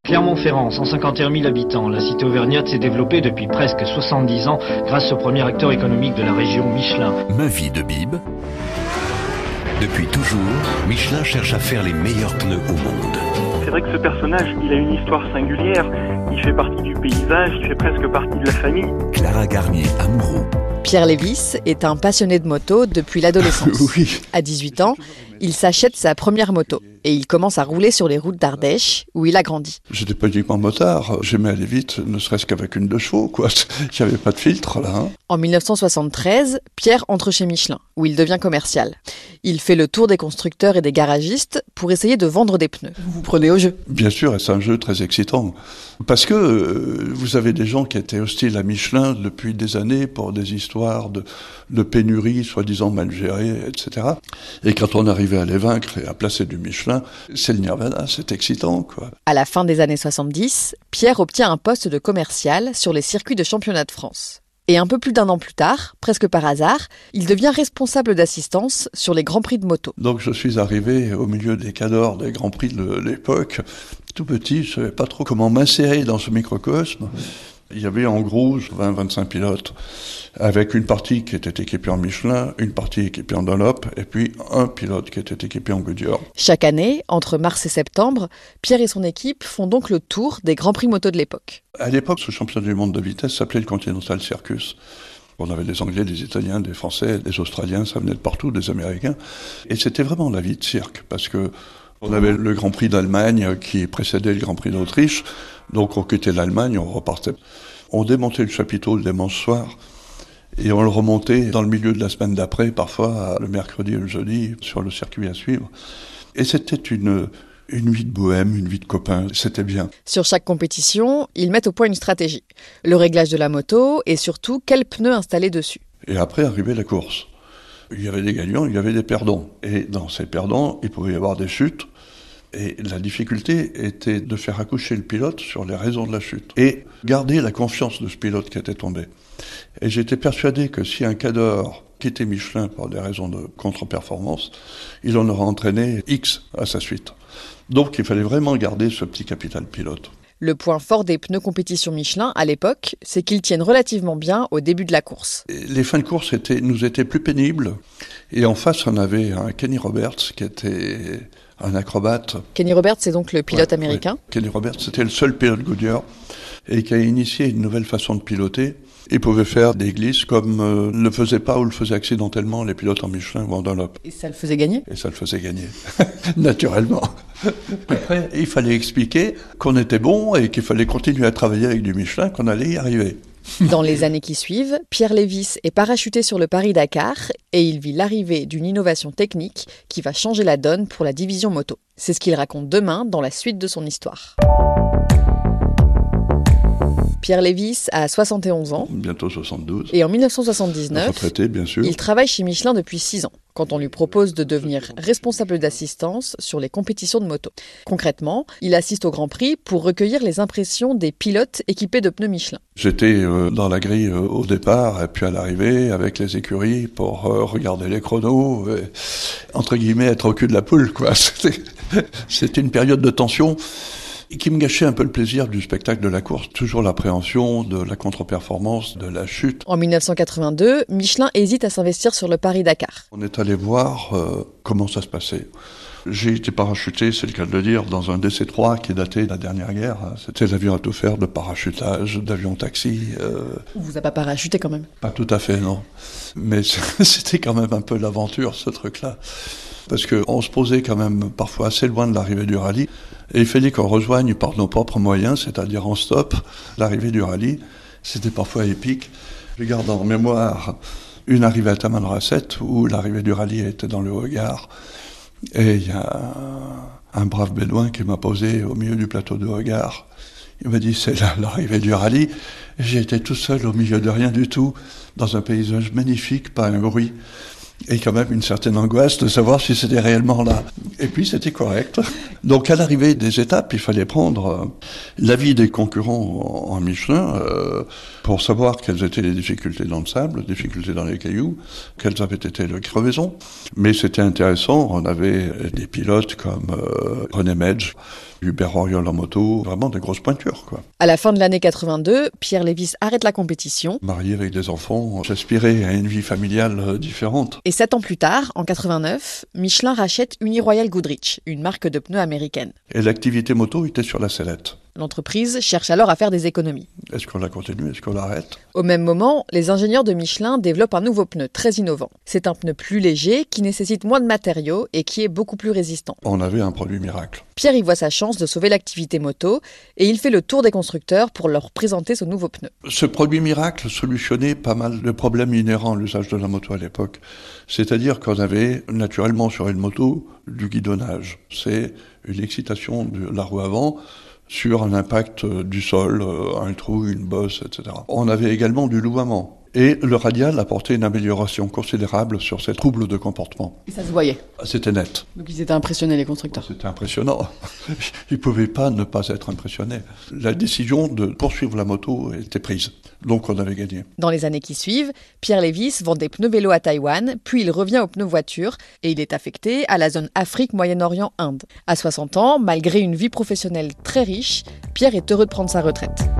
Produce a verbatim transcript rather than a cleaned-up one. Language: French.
Clermont-Ferrand, cent cinquante et un mille habitants. La cité auvergnate s'est développée depuis presque soixante-dix ans grâce au premier acteur économique de la région, Michelin. Ma vie de Bib. Depuis toujours, Michelin cherche à faire les meilleurs pneus au monde. C'est vrai que ce personnage, il a une histoire singulière. Il fait partie du paysage, il fait presque partie de la famille. Clara Garnier-Amouroux. Pierre Lévis est un passionné de moto depuis l'adolescence. Oui. À dix-huit ans, il s'achète sa première moto et il commence à rouler sur les routes d'Ardèche où il a grandi. J'étais pas uniquement motard, j'aimais aller vite, ne serait-ce qu'avec une deux chevaux, quoi. Il n'y avait pas de filtre, là. Hein. En dix-neuf cent soixante-treize, Pierre entre chez Michelin, où il devient commercial. Il fait le tour des constructeurs et des garagistes pour essayer de vendre des pneus. Vous vous prenez au jeu ? Bien sûr, et c'est un jeu très excitant. Parce que euh, vous avez des gens qui étaient hostiles à Michelin depuis des années pour des histoires de, de pénurie, soi-disant mal gérées, et cetera. Et quand on arrivait à les vaincre et à placer du Michelin, c'est le nirvana, c'est excitant, quoi. À la fin des années soixante-dix, Pierre obtient un poste de commercial sur les circuits de championnat de France. Et un peu plus d'un an plus tard, presque par hasard, il devient responsable d'assistance sur les Grands Prix de moto. Donc je suis arrivé au milieu des cadors des Grands Prix de l'époque. Tout petit, je ne savais pas trop comment m'insérer dans ce microcosme. Il y avait en gros vingt à vingt-cinq pilotes, avec une partie qui était équipée en Michelin, une partie équipée en Dunlop, et puis un pilote qui était équipé en Goodyear. Chaque année, entre mars et septembre, Pierre et son équipe font donc le tour des Grands Prix moto de l'époque. À l'époque, ce championnat du monde de vitesse s'appelait le Continental Circus. On avait des Anglais, des Italiens, des Français, des Australiens, ça venait de partout, des Américains. Et c'était vraiment la vie de cirque, parce que on avait le Grand Prix d'Allemagne qui précédait le Grand Prix d'Autriche. Donc on quittait l'Allemagne, on repartait. On démontait le chapiteau le dimanche soir et on le remontait dans le milieu de la semaine d'après, parfois le mercredi et le jeudi, sur le circuit à suivre. Et c'était une, une vie de bohème, une vie de copain, c'était bien. Sur chaque compétition, ils mettent au point une stratégie. Le réglage de la moto et surtout quels pneus installer dessus. Et après arrivait la course. Il y avait des gagnants, il y avait des perdants. Et dans ces perdants, il pouvait y avoir des chutes. Et la difficulté était de faire accoucher le pilote sur les raisons de la chute. Et garder la confiance de ce pilote qui était tombé. Et j'étais persuadé que si un cador quittait Michelin pour des raisons de contre-performance, il en aurait entraîné X à sa suite. Donc il fallait vraiment garder ce petit capital pilote. Le point fort des pneus compétition Michelin, à l'époque, c'est qu'ils tiennent relativement bien au début de la course. Les fins de course étaient, nous étaient plus pénibles. Et en face, on avait un Kenny Roberts qui était un acrobate. Kenny Roberts, c'est donc le pilote ouais, américain. Ouais. Kenny Roberts, c'était le seul pilote Goodyear et qui a initié une nouvelle façon de piloter. Il pouvait faire des glisses comme euh, ne le faisaient pas ou le faisaient accidentellement les pilotes en Michelin ou en Dunlop. Et ça le faisait gagner ? Et ça le faisait gagner, naturellement. Après, il fallait expliquer qu'on était bon et qu'il fallait continuer à travailler avec du Michelin, qu'on allait y arriver. Dans les années qui suivent, Pierre Lévis est parachuté sur le Paris-Dakar et il vit l'arrivée d'une innovation technique qui va changer la donne pour la division moto. C'est ce qu'il raconte demain dans la suite de son histoire. Pierre Lévis a soixante et onze ans. Bientôt soixante-douze. Et en dix-neuf cent soixante-dix-neuf, retraité, bien sûr. Il travaille chez Michelin depuis six ans, quand on lui propose de devenir responsable d'assistance sur les compétitions de moto. Concrètement, il assiste au Grand Prix pour recueillir les impressions des pilotes équipés de pneus Michelin. J'étais euh, dans la grille euh, au départ et puis à l'arrivée avec les écuries pour euh, regarder les chronos et, entre guillemets, être au cul de la poule, quoi. C'était, c'était une période de tension qui me gâchait un peu le plaisir du spectacle de la course. Toujours l'appréhension de la contre-performance, de la chute. En dix-neuf cent quatre-vingt-deux, Michelin hésite à s'investir sur le Paris-Dakar. On est allé voir euh, comment ça se passait. J'ai été parachuté, c'est le cas de le dire, dans un D C trois qui datait de la dernière guerre. C'était l'avion à tout faire de parachutage, d'avion taxi. Euh... On vous a pas parachuté quand même ? Pas tout à fait, non. Mais c'était quand même un peu l'aventure, ce truc-là. Parce qu'on se posait quand même parfois assez loin de l'arrivée du rallye. Et il fallait qu'on rejoigne par nos propres moyens, c'est-à-dire en stop, l'arrivée du rallye. C'était parfois épique. Je garde en mémoire une arrivée à Tamanrasset où l'arrivée du rallye était dans le regard. Et il y a un, un brave bédouin qui m'a posé au milieu du plateau de regard. Il m'a dit, c'est là l'arrivée du rallye. Et j'ai été tout seul au milieu de rien du tout, dans un paysage magnifique, pas un bruit. Et quand même une certaine angoisse de savoir si c'était réellement là. Et puis c'était correct. Donc à l'arrivée des étapes, il fallait prendre euh, l'avis des concurrents en, en Michelin euh, pour savoir quelles étaient les difficultés dans le sable, les difficultés dans les cailloux, quelles avaient été les crevaisons. Mais c'était intéressant, on avait des pilotes comme euh, René Medge, Hubert Auriol en moto, vraiment des grosses pointures, quoi. À la fin de l'année quatre-vingt-deux, Pierre Lévis arrête la compétition. Marié avec des enfants, j'aspirais à une vie familiale différente. Et sept ans plus tard, en quatre-vingt-neuf, Michelin rachète Uniroyal Goodrich, une marque de pneus américaine. Et l'activité moto était sur la sellette. L'entreprise cherche alors à faire des économies. Est-ce qu'on la continue? Est-ce qu'on l'arrête? Au même moment, les ingénieurs de Michelin développent un nouveau pneu très innovant. C'est un pneu plus léger, qui nécessite moins de matériaux et qui est beaucoup plus résistant. On avait un produit miracle. Pierre y voit sa chance de sauver l'activité moto et il fait le tour des constructeurs pour leur présenter ce nouveau pneu. Ce produit miracle solutionnait pas mal de problèmes inhérents à l'usage de la moto à l'époque. C'est-à-dire qu'on avait naturellement sur une moto du guidonnage. C'est une excitation de la roue avant sur un impact du sol, un trou, une bosse, et cetera. On avait également du louement. Et le radial apportait une amélioration considérable sur ces troubles de comportement. Et ça se voyait. C'était net. Donc ils étaient impressionnés, les constructeurs. C'était impressionnant. Ils ne pouvaient pas ne pas être impressionnés. La décision de poursuivre la moto était prise. Donc on avait gagné. Dans les années qui suivent, Pierre Lévis vend des pneus vélos à Taïwan, puis il revient aux pneus voitures et il est affecté à la zone Afrique, Moyen-Orient, Inde. À soixante ans, malgré une vie professionnelle très riche, Pierre est heureux de prendre sa retraite.